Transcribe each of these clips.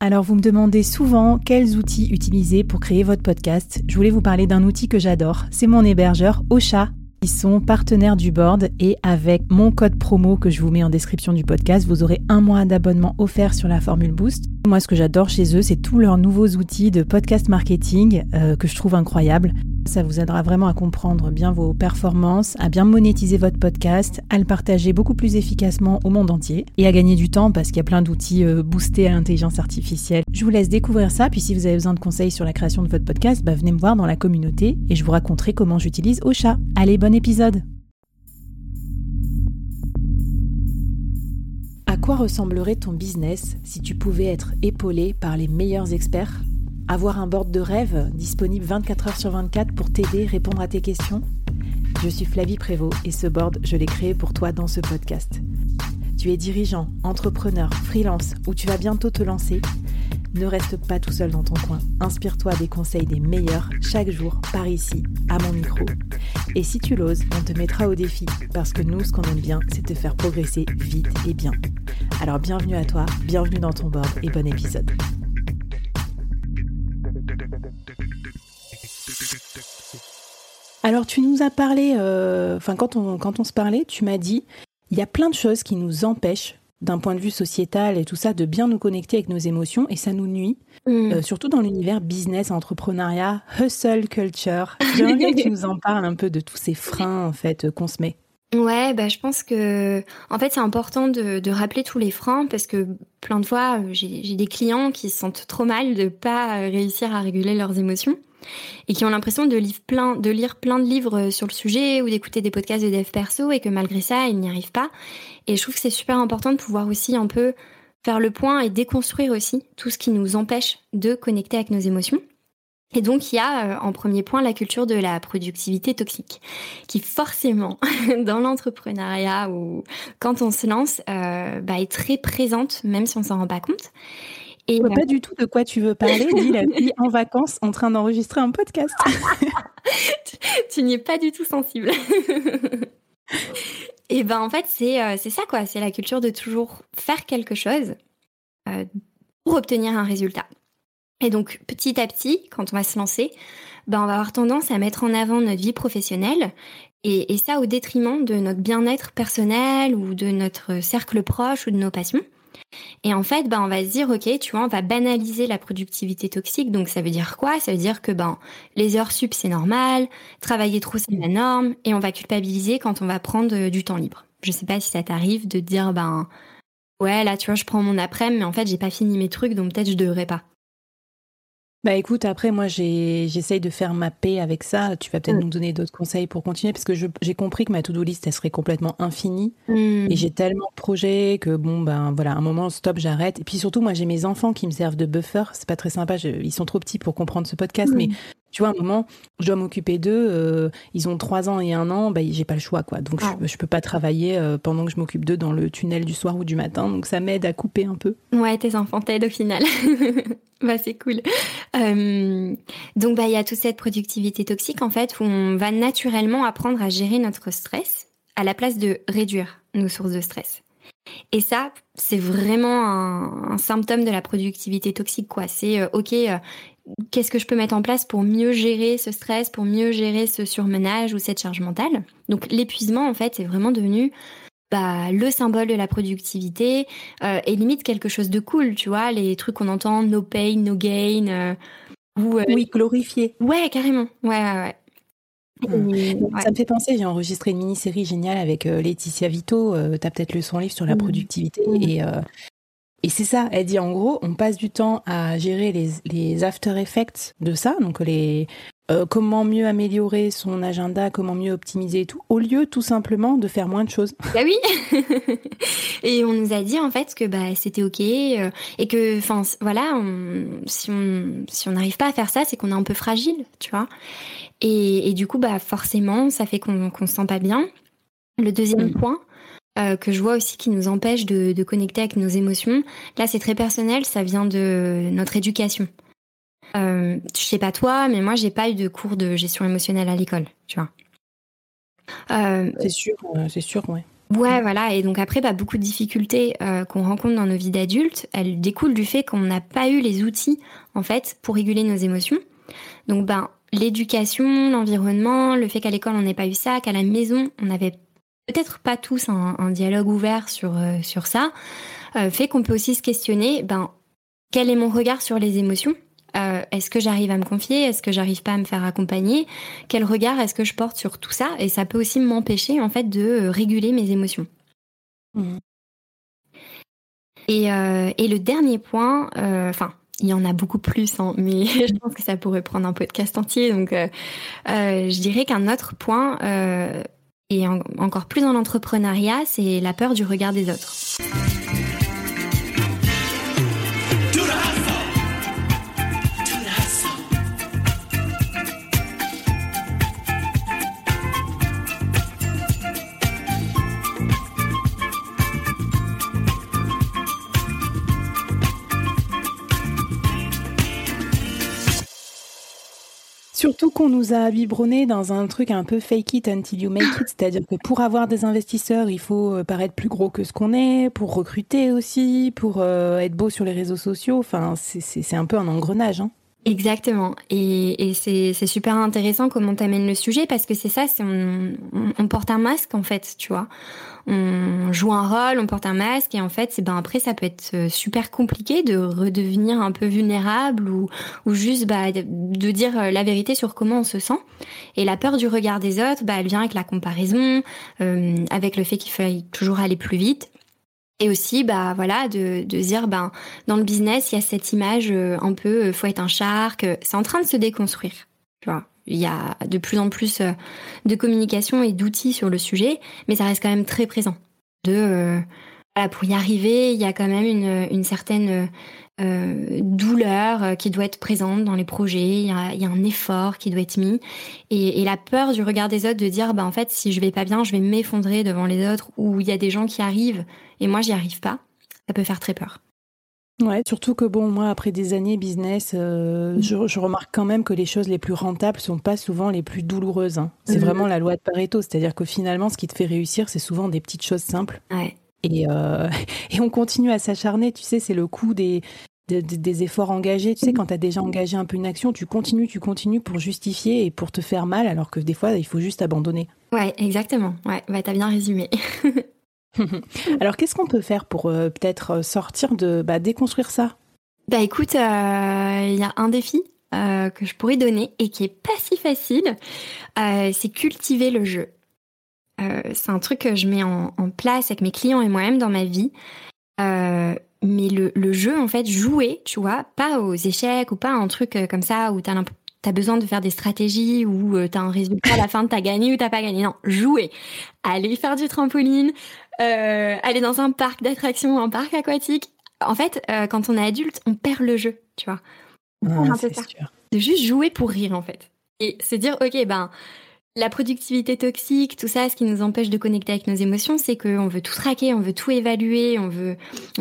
Alors vous me demandez souvent quels outils utiliser pour créer votre podcast. Je voulais vous parler d'un outil que j'adore, c'est mon hébergeur Ocha. Ils sont partenaires du board et avec mon code promo que je vous mets en description du podcast, vous aurez 1 mois d'abonnement offert sur la formule Boost. Moi, ce que j'adore chez eux, c'est tous leurs nouveaux outils de podcast marketing que je trouve incroyables. Ça vous aidera vraiment à comprendre bien vos performances, à bien monétiser votre podcast, à le partager beaucoup plus efficacement au monde entier et à gagner du temps parce qu'il y a plein d'outils boostés à l'intelligence artificielle. Je vous laisse découvrir ça, puis si vous avez besoin de conseils sur la création de votre podcast, venez me voir dans la communauté et je vous raconterai comment j'utilise Ocha. Allez, bon épisode! À quoi ressemblerait ton business si tu pouvais être épaulé par les meilleurs experts? Avoir un board de rêve disponible 24 heures sur 24 pour t'aider, répondre à tes questions? Je suis Flavie Prévost et ce board, je l'ai créé pour toi dans ce podcast. Tu es dirigeant, entrepreneur, freelance ou tu vas bientôt te lancer? Ne reste pas tout seul dans ton coin. Inspire-toi des conseils des meilleurs chaque jour par ici, à mon micro. Et si tu l'oses, on te mettra au défi parce que nous, ce qu'on aime bien, c'est te faire progresser vite et bien. Alors bienvenue à toi, bienvenue dans ton board et bon épisode. Alors tu nous as parlé, quand on se parlait, tu m'as dit, il y a plein de choses qui nous empêchent, d'un point de vue sociétal et tout ça, de bien nous connecter avec nos émotions et ça nous nuit, surtout dans l'univers business, entrepreneuriat, hustle culture. J'aimerais bien que tu nous en parles un peu de tous ces freins en fait qu'on se met. Ouais, je pense que en fait c'est important de rappeler tous les freins parce que plein de fois j'ai des clients qui se sentent trop mal de pas réussir à réguler leurs émotions et qui ont l'impression de lire plein de livres sur le sujet ou d'écouter des podcasts de dev perso et que malgré ça ils n'y arrivent pas. Et je trouve que c'est super important de pouvoir aussi un peu faire le point et déconstruire aussi tout ce qui nous empêche de connecter avec nos émotions. Et donc, il y a en premier point la culture de la productivité toxique, qui forcément, dans l'entrepreneuriat ou quand on se lance, est très présente, même si on s'en rend pas compte. Et je vois pas du tout de quoi tu veux parler, dit la fille en vacances en train d'enregistrer un podcast. Tu n'y es pas du tout sensible. Et en fait, c'est ça quoi, c'est la culture de toujours faire quelque chose pour obtenir un résultat. Et donc, petit à petit, quand on va se lancer, on va avoir tendance à mettre en avant notre vie professionnelle et ça au détriment de notre bien-être personnel ou de notre cercle proche ou de nos passions. Et en fait, on va se dire, ok, tu vois, on va banaliser la productivité toxique. Donc, ça veut dire quoi? Ça veut dire que les heures sup, c'est normal, travailler trop, c'est la norme, et on va culpabiliser quand on va prendre du temps libre. Je sais pas si ça t'arrive de te dire, ouais, là, tu vois, je prends mon après-midi, mais en fait, j'ai pas fini mes trucs, donc peut-être je devrais pas. Écoute, après moi j'essaye de faire ma paix avec ça. Tu vas peut-être nous donner d'autres conseils pour continuer parce que j'ai compris que ma to-do list elle serait complètement infinie et j'ai tellement de projets que à un moment stop, j'arrête. Et puis surtout moi j'ai mes enfants qui me servent de buffer. C'est pas très sympa, ils sont trop petits pour comprendre ce podcast, mais tu vois, à un moment, je dois m'occuper d'eux. Ils ont 3 ans et 1 an, j'ai pas le choix, quoi. Donc, je peux pas travailler pendant que je m'occupe d'eux dans le tunnel du soir ou du matin. Donc, ça m'aide à couper un peu. Ouais, tes enfants t'aident au final. C'est cool. Donc, il y a toute cette productivité toxique, en fait, où on va naturellement apprendre à gérer notre stress à la place de réduire nos sources de stress. Et ça, c'est vraiment un symptôme de la productivité toxique, quoi. C'est, qu'est-ce que je peux mettre en place pour mieux gérer ce stress, pour mieux gérer ce surmenage ou cette charge mentale? Donc, l'épuisement, en fait, c'est vraiment devenu le symbole de la productivité et limite quelque chose de cool, tu vois, les trucs qu'on entend, no pain, no gain. Oui, glorifié. Ouais, carrément. Ouais. Ça me fait penser, j'ai enregistré une mini-série géniale avec Laetitia Vito. T'as peut-être lu son livre sur la productivité et c'est ça, elle dit en gros, on passe du temps à gérer les after effects de ça, donc comment mieux améliorer son agenda, comment mieux optimiser et tout, au lieu tout simplement de faire moins de choses. Oui. Et on nous a dit en fait que c'était ok et que si on n'arrive pas à faire ça, c'est qu'on est un peu fragile, tu vois. Et du coup forcément, ça fait qu'on se sent pas bien. Le deuxième point que je vois aussi qui nous empêche de connecter avec nos émotions, là c'est très personnel, ça vient de notre éducation. Je sais pas toi, mais moi j'ai pas eu de cours de gestion émotionnelle à l'école, tu vois. C'est sûr, ouais. Ouais, voilà. Et donc après, beaucoup de difficultés qu'on rencontre dans nos vies d'adultes, elles découlent du fait qu'on n'a pas eu les outils, en fait, pour réguler nos émotions. Donc, l'éducation, l'environnement, le fait qu'à l'école, on n'ait pas eu ça, qu'à la maison, on n'avait peut-être pas tous un dialogue ouvert sur ça, fait qu'on peut aussi se questionner, quel est mon regard sur les émotions ? Est-ce que j'arrive à me confier ? Est-ce que j'arrive pas à me faire accompagner ? Quel regard est-ce que je porte sur tout ça ? Et ça peut aussi m'empêcher, en fait, de réguler mes émotions. Mmh. Et le dernier point, il y en a beaucoup plus, mais je pense que ça pourrait prendre un podcast entier. Donc, je dirais qu'un autre point, et encore plus dans l'entrepreneuriat, c'est la peur du regard des autres. Surtout qu'on nous a biberonné dans un truc un peu fake it until you make it, c'est-à-dire que pour avoir des investisseurs, il faut paraître plus gros que ce qu'on est, pour recruter aussi, pour être beau sur les réseaux sociaux. Enfin, c'est un peu un engrenage. Exactement. Et c'est super intéressant comment t'amènes le sujet parce que c'est ça, on porte un masque en fait, tu vois. On joue un rôle, on porte un masque et en fait, après ça peut être super compliqué de redevenir un peu vulnérable ou juste de dire la vérité sur comment on se sent. Et la peur du regard des autres, elle vient avec la comparaison, avec le fait qu'il faille toujours aller plus vite. Et aussi, de dire, dans le business, il y a cette image un peu, faut être un shark. C'est en train de se déconstruire, tu vois. Il y a de plus en plus de communication et d'outils sur le sujet, mais ça reste quand même très présent. Pour y arriver, il y a quand même une certaine douleur qui doit être présente dans les projets. Il y a un effort qui doit être mis. Et la peur du regard des autres de dire, en fait, si je vais pas bien, je vais m'effondrer devant les autres, ou il y a des gens qui arrivent et moi, j'y arrive pas. Ça peut faire très peur. Ouais, surtout que moi, après des années business, je remarque quand même que les choses les plus rentables sont pas souvent les plus douloureuses. C'est vraiment la loi de Pareto, c'est-à-dire que finalement, ce qui te fait réussir, c'est souvent des petites choses simples. Ouais. Et on continue à s'acharner, tu sais, c'est le coût des efforts engagés. Tu sais, quand tu as déjà engagé un peu une action, tu continues pour justifier et pour te faire mal, alors que des fois, il faut juste abandonner. Ouais, exactement. Ouais, t'as bien résumé. Alors, qu'est-ce qu'on peut faire pour peut-être sortir déconstruire ça ? Écoute, il y a un défi que je pourrais donner et qui est pas si facile, c'est cultiver le jeu. C'est un truc que je mets en place avec mes clients et moi-même dans ma vie. Mais le jeu, en fait, jouer, tu vois, pas aux échecs ou pas un truc comme ça où t'as besoin de faire des stratégies ou t'as un résultat à la fin, t'as gagné ou t'as pas gagné. Non, jouer. Aller faire du trampoline, aller dans un parc d'attractions, un parc aquatique. En fait, quand on est adulte, on perd le jeu, tu vois. On perd un peu ça. Sûr. De juste jouer pour rire, en fait. Et se dire, ok, la productivité toxique, tout ça, ce qui nous empêche de connecter avec nos émotions, c'est qu'on veut tout traquer, on veut tout évaluer, on veut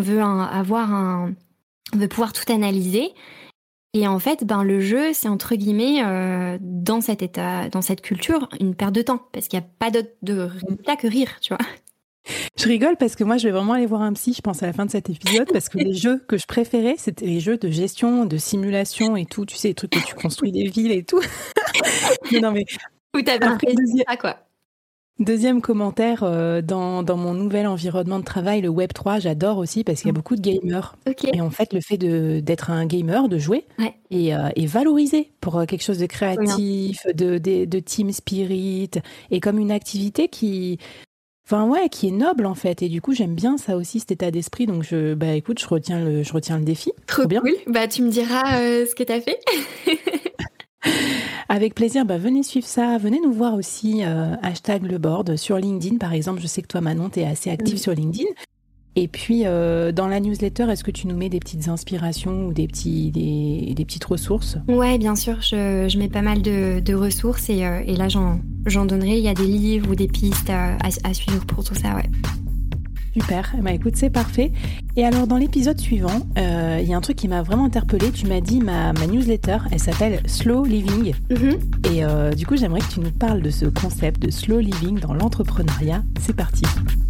pouvoir tout analyser. Et en fait, le jeu, c'est entre guillemets, dans cet état, dans cette culture, une perte de temps. Parce qu'il n'y a pas d'autre de résultat que rire, tu vois. Je rigole parce que moi, je vais vraiment aller voir un psy, je pense, à la fin de cet épisode, parce que les jeux que je préférais, c'était les jeux de gestion, de simulation et tout. Tu sais, les trucs que tu construis des villes et tout. Non, mais... Où t'avais appris ça, quoi. Deuxième commentaire, dans mon nouvel environnement de travail, le Web3, j'adore aussi parce qu'il y a beaucoup de gamers. Okay. Et en fait, le fait d'être un gamer, de jouer, est valorisé pour quelque chose de créatif, de team spirit, et comme une activité qui est noble en fait. Et du coup, j'aime bien ça aussi, cet état d'esprit. Donc, écoute, je retiens le défi. Trop bien. Cool. Tu me diras ce que t'as fait. Avec plaisir, venez suivre ça, venez nous voir aussi, #leboard sur LinkedIn par exemple. Je sais que toi Manon, tu es assez active sur LinkedIn. Et puis dans la newsletter, est-ce que tu nous mets des petites inspirations ou des petites ressources ? Ouais, bien sûr, je mets pas mal de ressources et là j'en donnerai. Il y a des livres ou des pistes à suivre pour tout ça, ouais. Super, écoute, c'est parfait. Et alors, dans l'épisode suivant, il y a un truc qui m'a vraiment interpellée. Tu m'as dit, ma newsletter, elle s'appelle Slow Living. Mm-hmm. Et du coup, j'aimerais que tu nous parles de ce concept de slow living dans l'entrepreneuriat. C'est parti.